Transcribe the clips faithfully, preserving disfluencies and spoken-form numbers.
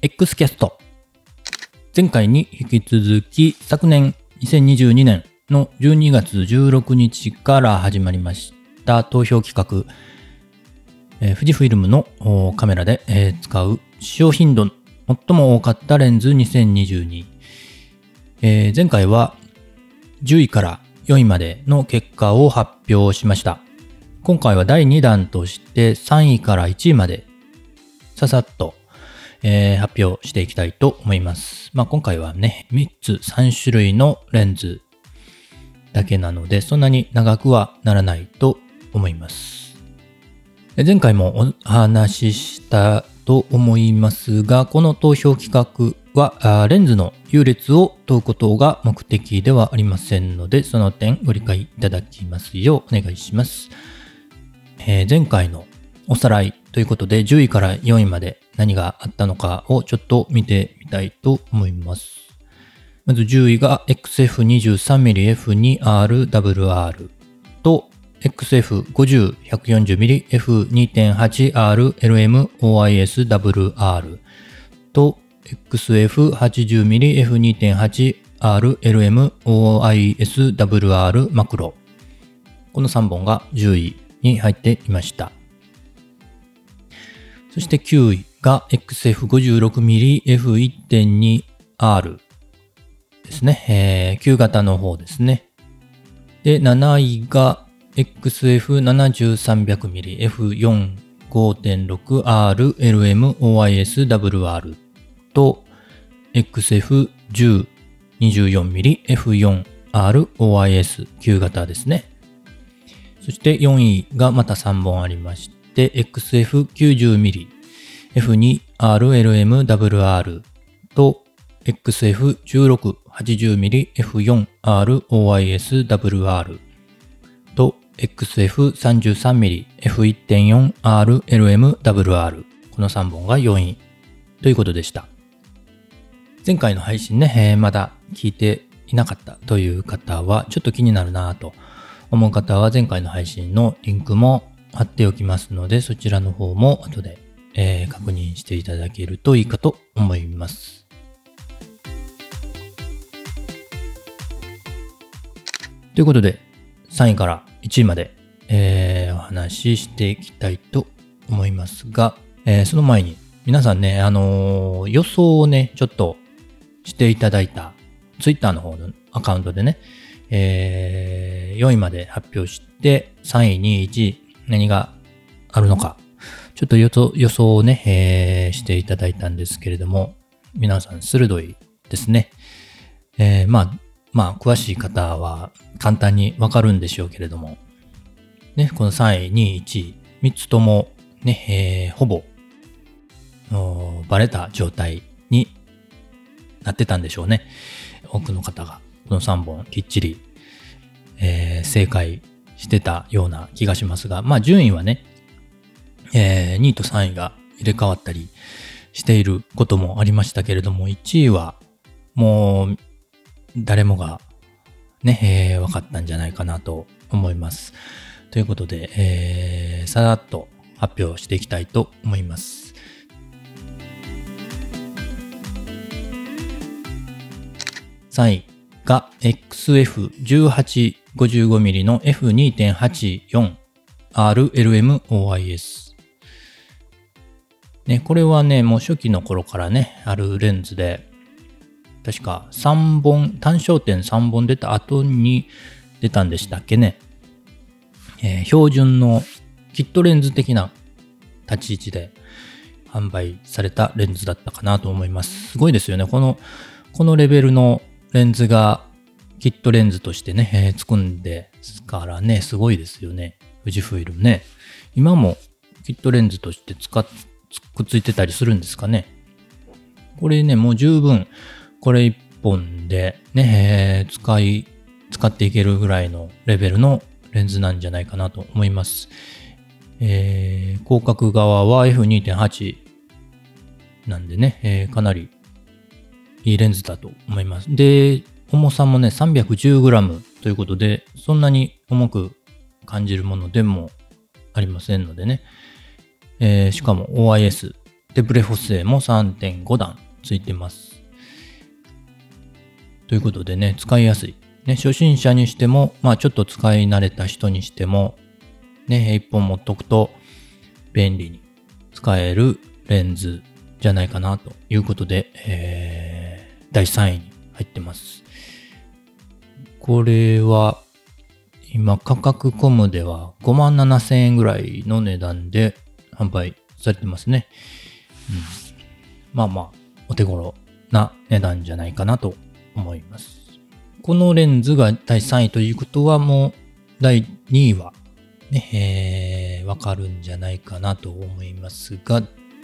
X キャスト。前回に引き続き昨年にせんにじゅうにねんのじゅうにがつじゅうろくにちから始まりました投票企画、えー、富士フイルムのカメラで、えー、使う使用頻度最も多かったレンズにせんにじゅうに、えー、前回はじゅういからよんいまでの結果を発表しました。今回はだいにだんとしてさんいからいちいまでささっと、えー、発表していきたいと思います。まあ今回はねみっつさんしゅるいのレンズだけなのでそんなに長くはならないと思います。前回もお話ししたと思いますが、この投票企画はレンズの優劣を問うことが目的ではありませんので、その点ご理解いただきますようお願いします。えー、前回のおさらいということでじゅういからよんいまで何があったのかをちょっと見てみたいと思います。まずじゅういが エックスエフにじゅうさんミリエフにアールダブリューアール と エックスエフごじゅう ひゃくよんじゅうミリエフにてんはちアールエルエムオーアイエスダブリューアール と エックスエフはちじゅうミリエフにてんはちアールエルエムオーアイエスダブリューアール マクロ。このさんぼんがじゅういに入っていました。そしてきゅういが エックスエフごじゅうろくミリエフいってんにアール ですね、えー。旧型の方ですね。で、なないが エックスエフななじゅうさんびゃくミリエフよん ごてんろくアールエルエムオーアイエスダブリューアール と エックスエフじゅう にじゅうよんミリエフよんアールオーアイエス 旧型ですね。そしてよんいがまたさんぼんありまして、エックスエフきゅうじゅうミリエフにアールエルエムダブリューアール と エックスエフじゅうろく はちじゅうミリエフよんアールオーアイエスダブリューアール と エックスエフさんじゅうさんミリエフいってんよんアールエルエムダブリューアール このさんぼんがよんいということでした。前回の配信ね、えー、まだ聞いていなかったという方はちょっと気になるなと思う方は前回の配信のリンクも貼っておきますので、そちらの方も後で、えー、確認していただけるといいかと思います。ということでさんいからいちいまで、えー、お話ししていきたいと思いますが、えー、その前に皆さんね、あのー、予想をねちょっとしていただいた Twitter の方のアカウントでね、えー、よんいまで発表してさんいにいいちい何があるのかちょっと予想、予想をね、えー、していただいたんですけれども、皆さん鋭いですね。えー、まあまあ詳しい方は簡単にわかるんでしょうけれどもね、このさんいにいいちいみっつともね、えー、ほぼバレた状態になってたんでしょうね。多くの方がこのさんぼんきっちり、えー、正解してたような気がしますが、まあ順位はね、えー、にいとさんいが入れ替わったりしていることもありましたけれども、いちいはもう誰もがね、えー、分かったんじゃないかなと思います。ということで、えー、さらっと発表していきたいと思います。さんいが エックスエフじゅうはち ごじゅうごミリ の エフにてんはちよんアールエルエムオーアイエス。ね、これはね、もう初期の頃からね、あるレンズで、確かさんぼん、単焦点さんぼん出た後に出たんでしたっけね。えー、標準のキットレンズ的な立ち位置で販売されたレンズだったかなと思います。すごいですよね。この、このレベルのレンズがキットレンズとしてね、えー、作んですからね、すごいですよね。富士フイルムね。今もキットレンズとして使っ、くっついてたりするんですかね。これね、もう十分、これ一本でね、えー、使い、使っていけるぐらいのレベルのレンズなんじゃないかなと思います。えー、広角側は エフにてんはち なんでね、えー、かなりいいレンズだと思います。で、重さもね、さんびゃくじゅうグラム ということで、そんなに重く感じるものでもありませんのでね。えー、しかも オーアイエス手ブレ補正も さんてんご 段ついてます。ということでね、使いやすい。ね、初心者にしても、まあちょっと使い慣れた人にしても、ね、一本持っとくと便利に使えるレンズじゃないかなということで、えー、だいさんいに入ってます。これは今価格コムではごまんななせんえんぐらいの値段で販売されてますね。うん、まあまあお手頃な値段じゃないかなと思います。このレンズがだいさんいということはもうだいにいはね、えー、わかるんじゃないかなと思いますが、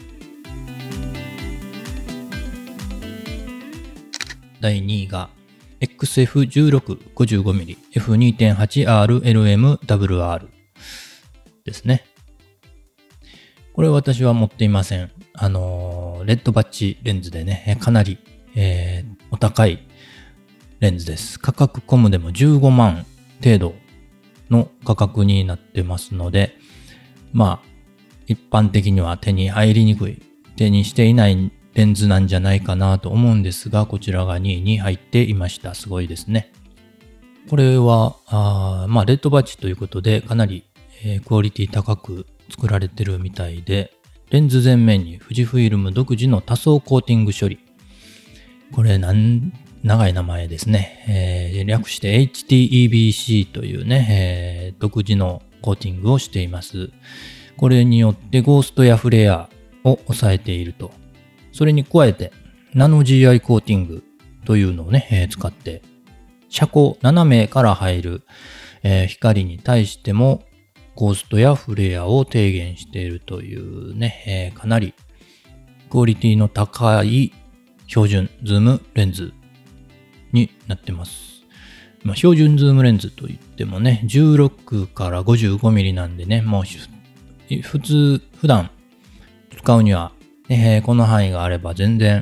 だいにいが エックスエフじゅうろく ごじゅうごミリ エフにてんはちアールエルエムダブリューアール ですね。これ私は持っていません。あのー、レッドバッジレンズでね、かなり、えー、お高いレンズです。価格コムでもじゅうごまん程度の価格になってますので、まあ、一般的には手に入りにくい、手にしていないレンズなんじゃないかなと思うんですが、こちらがにいに入っていました。すごいですね。これは、あまあ、レッドバッジということで、かなり、えー、クオリティ高く作られてるみたいで、レンズ前面に富士フイルム独自の多層コーティング処理。これなん、長い名前ですね。えー、略して エイチティーイービーシー というね、えー、独自のコーティングをしています。これによってゴーストやフレアを抑えていると。それに加えて、ナノ ジーアイ コーティングというのをね、えー、使って、遮光斜めから入る、えー、光に対しても、ゴーストやフレアを低減しているというね、えー、かなりクオリティの高い標準ズームレンズになってます。まあ、標準ズームレンズといってもね、じゅうろくからごじゅうごミリなんでね、もう普通、普段使うには、ね、この範囲があれば全然、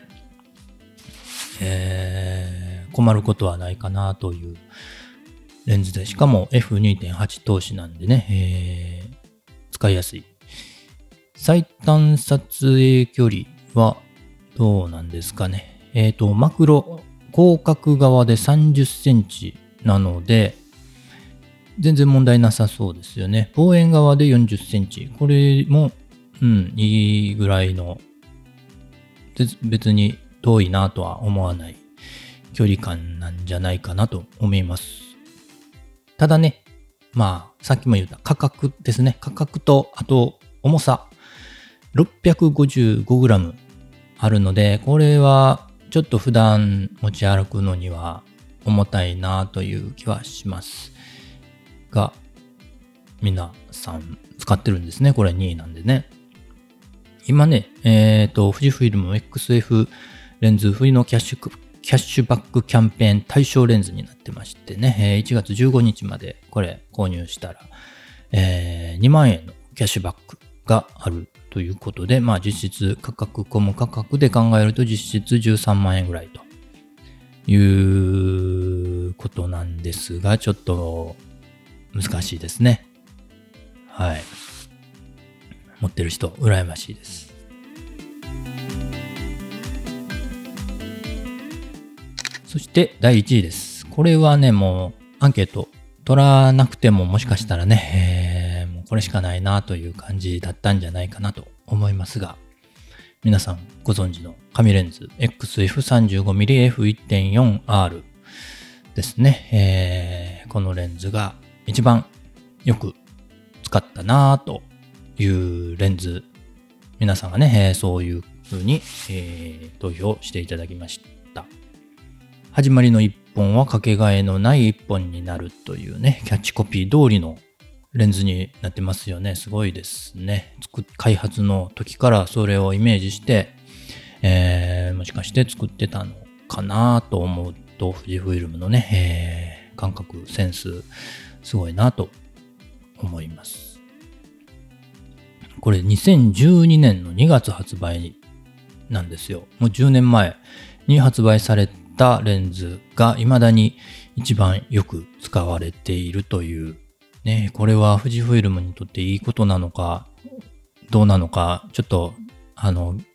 えー、困ることはないかなというレンズで、しかも エフにてんはち 投資なんでね、えー、使いやすい。最短撮影距離はどうなんですかね。えっと、マクロ、広角側でさんじゅっセンチなので、全然問題なさそうですよね。望遠側でよんじゅっセンチ。これも、うん、いいぐらいの、別に遠いなとは思わない距離感なんじゃないかなと思います。ただね、まあ、さっきも言った価格ですね。価格と、あと、重さ。ろっぴゃくごじゅうごグラム あるので、これはちょっと普段持ち歩くのには重たいなという気はしますが、皆さん使ってるんですね。これにいなんでね。今ね、えっと、富士フイルム エックスエフ レンズ冬のキャッシュ、キャッシュバックキャンペーン対象レンズになってましてね、いちがつじゅうごにちまでこれ購入したら、えー、にまんえんのキャッシュバックがあるということで、まあ実質価格コム価格で考えると実質じゅうさんまんえんぐらいということなんですが、ちょっと難しいですね。はい。持ってる人羨ましいです。そしてだいいちいです。これはね、もうアンケート取らなくてももしかしたらね、えー、もうこれしかないなという感じだったんじゃないかなと思いますが、皆さんご存知の紙レンズ エックスエフさんじゅうごミリエフいってんよんアール ですね、えー。このレンズが一番よく使ったなというレンズ、皆さんがね、えー、そういう風に、えー、投票していただきました。始まりの一本はかけがえのない一本になるというね、キャッチコピー通りのレンズになってますよね。すごいですね。開発の時からそれをイメージして、えー、もしかして作ってたのかなと思うと、富士フイルムのね、えー、感覚、センス、すごいなと思います。これにせんじゅうにねんのにがつ発売なんですよ。もうじゅうねんまえに発売されたレンズが未だに一番よく使われているというね、これは富士フイルムにとっていいことなのかどうなのか、ちょっとあの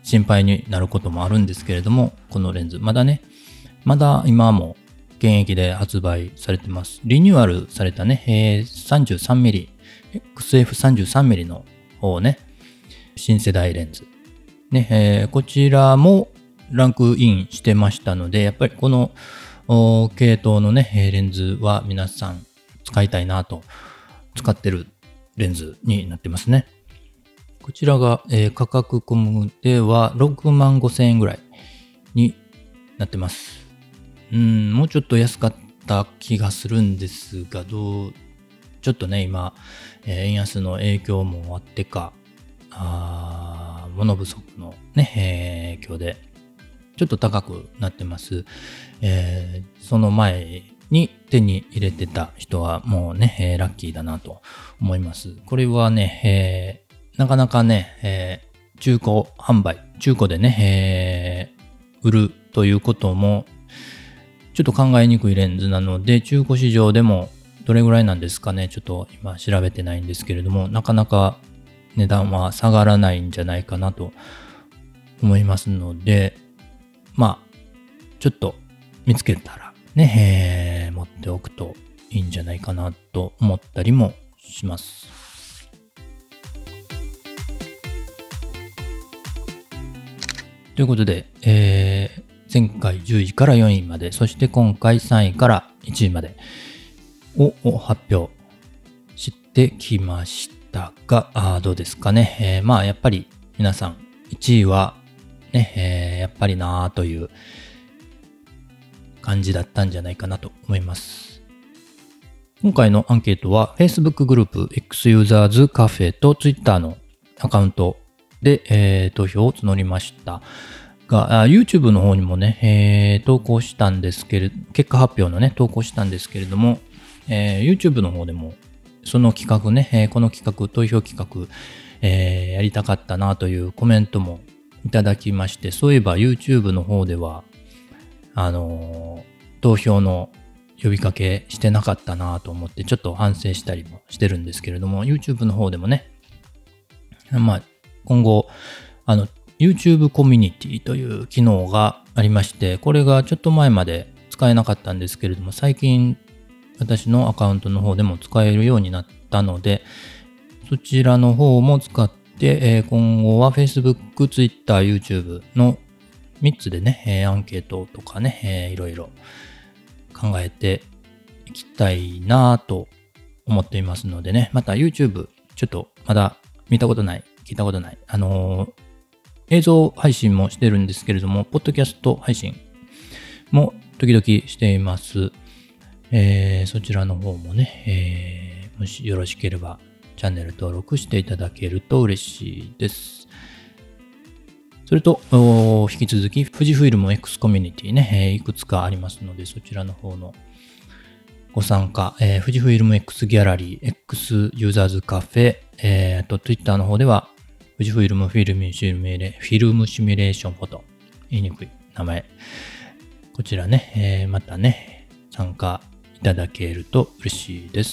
心配になることもあるんですけれども、このレンズ、まだね、まだ今も現役で発売されてます。リニューアルされたね、えー、さんじゅうさんミリ、エックスエフさんじゅうさんミリ の方ね、新世代レンズ。ね、えー、こちらもランクインしてましたので、やっぱりこの系統のね、レンズは皆さん使いたいなと、使ってるレンズになってますね。こちらが、えー、価格コムではろくまんごせんえんぐらいになってます。うん、もうちょっと安かった気がするんですが、どう、ちょっとね、今、えー、円安の影響もあってか、あ物不足のね、えー、影響で、ちょっと高くなってます。えー、その前に手に入れてた人はもうね、えー、ラッキーだなと思います。これはね、えー、なかなかね、えー、中古販売、中古でね、えー、売るということもちょっと考えにくいレンズなので、中古市場でもどれぐらいなんですかね、ちょっと今調べてないんですけれども、なかなか値段は下がらないんじゃないかなと思いますので、まあ、ちょっと見つけたらね、えー、持っておくといいんじゃないかなと思ったりもします。ということで、えー、前回じゅういからよんいまで、そして今回さんいからいちいまでを発表してきましたが、あどうですかね。えー、まあやっぱり皆さんいちいはね、えー、やっぱりなーという感じだったんじゃないかなと思います。今回のアンケートは Facebook グループ X ユーザーズカフェと Twitter のアカウントで、えー、投票を募りましたが、YouTube の方にもね、えー、投稿したんですけれど、結果発表のね、投稿したんですけれども、えー、YouTube の方でもその企画ね、えー、この企画、投票企画、えー、やりたかったなというコメントもいただきまして、そういえば YouTube の方では、あのー、投票の呼びかけしてなかったなと思って、ちょっと反省したりもしてるんですけれども、YouTube の方でもね、まあ、今後、あの、YouTube コミュニティという機能がありまして、これがちょっと前まで使えなかったんですけれども、最近、私のアカウントの方でも使えるようになったので、そちらの方も使って、えー、今後は Facebook、Twitter、YouTube のみっつでね、えー、アンケートとかね、えー、いろいろ考えていきたいなと思っていますのでね、また YouTube ちょっとまだ見たことない、聞いたことない、あのー、映像配信もしてるんですけれども、ポッドキャスト配信も時々しています。えー、そちらの方もね、えー、もしよろしければチャンネル登録していただけると嬉しいです。それと、引き続き、富士フイルム X コミュニティね、えー、いくつかありますので、そちらの方のご参加、えー、富士フイルム X ギャラリー、X ユーザーズカフェ、えー、と Twitter の方では、富士フイルムフィルムシミュレ、フィルムシミュレーションフォト、言いにくい名前。こちらね、えー、またね、参加いただけると嬉しいです。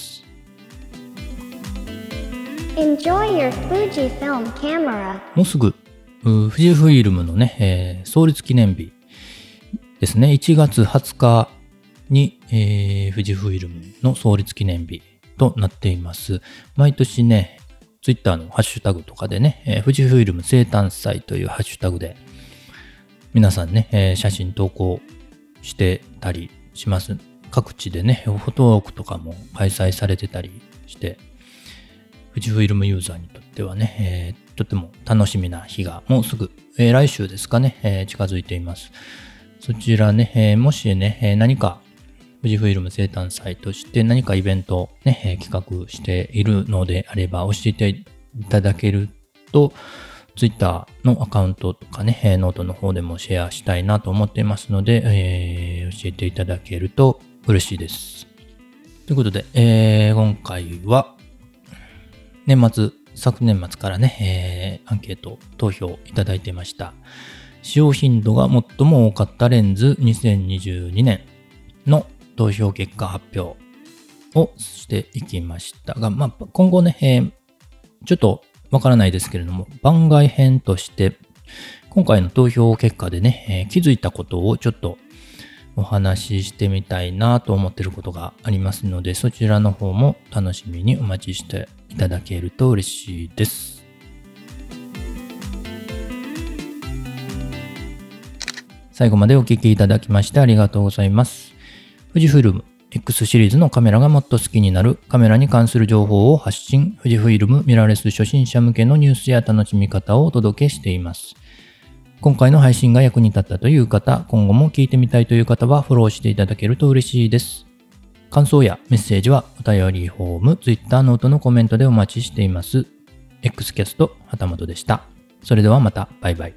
Enjoy your Fujifilm camera. もうすぐ富士フイルムのね、えー、創立記念日ですね。いちがつはつかに、えー、富士フイルムの創立記念日となっています。毎年ね、ツイッターのハッシュタグとかでね、えー、富士フイルム生誕祭というハッシュタグで皆さんね、えー、写真投稿してたりします。各地でね、フォトウォークとかも開催されてたりして、富士フイルムユーザーにとってはね、えー、とても楽しみな日がもうすぐ、えー、来週ですかね、えー、近づいています。そちらね、えー、もしね、えー、何か富士フイルム生誕祭として何かイベントをね、えー、企画しているのであれば教えていただけると、Twitter のアカウントとかね、えー、ノートの方でもシェアしたいなと思っていますので、えー、教えていただけると嬉しいです。ということで、えー、今回は年末、昨年末からね、えー、アンケート、投票いただいてました。使用頻度が最も多かったレンズにせんにじゅうにねんの投票結果発表をしていきましたが、まあ、今後ね、えー、ちょっとわからないですけれども、番外編として今回の投票結果でね、えー気づいたことをちょっとお話ししてみたいなと思っていることがありますので、そちらの方も楽しみにお待ちしていただけると嬉しいです。最後までお聞きいただきましてありがとうございます。富士フイルム X シリーズのカメラがもっと好きになる、カメラに関する情報を発信、富士フイルムミラーレス初心者向けのニュースや楽しみ方をお届けしています。今回の配信が役に立ったという方、今後も聞いてみたいという方はフォローしていただけると嬉しいです。感想やメッセージはお便りフォーム、Twitter ノートのコメントでお待ちしています。X キャスト旗本でした。それではまた、バイバイ。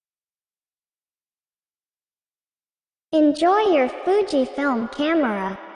Enjoy your Fujifilm camera.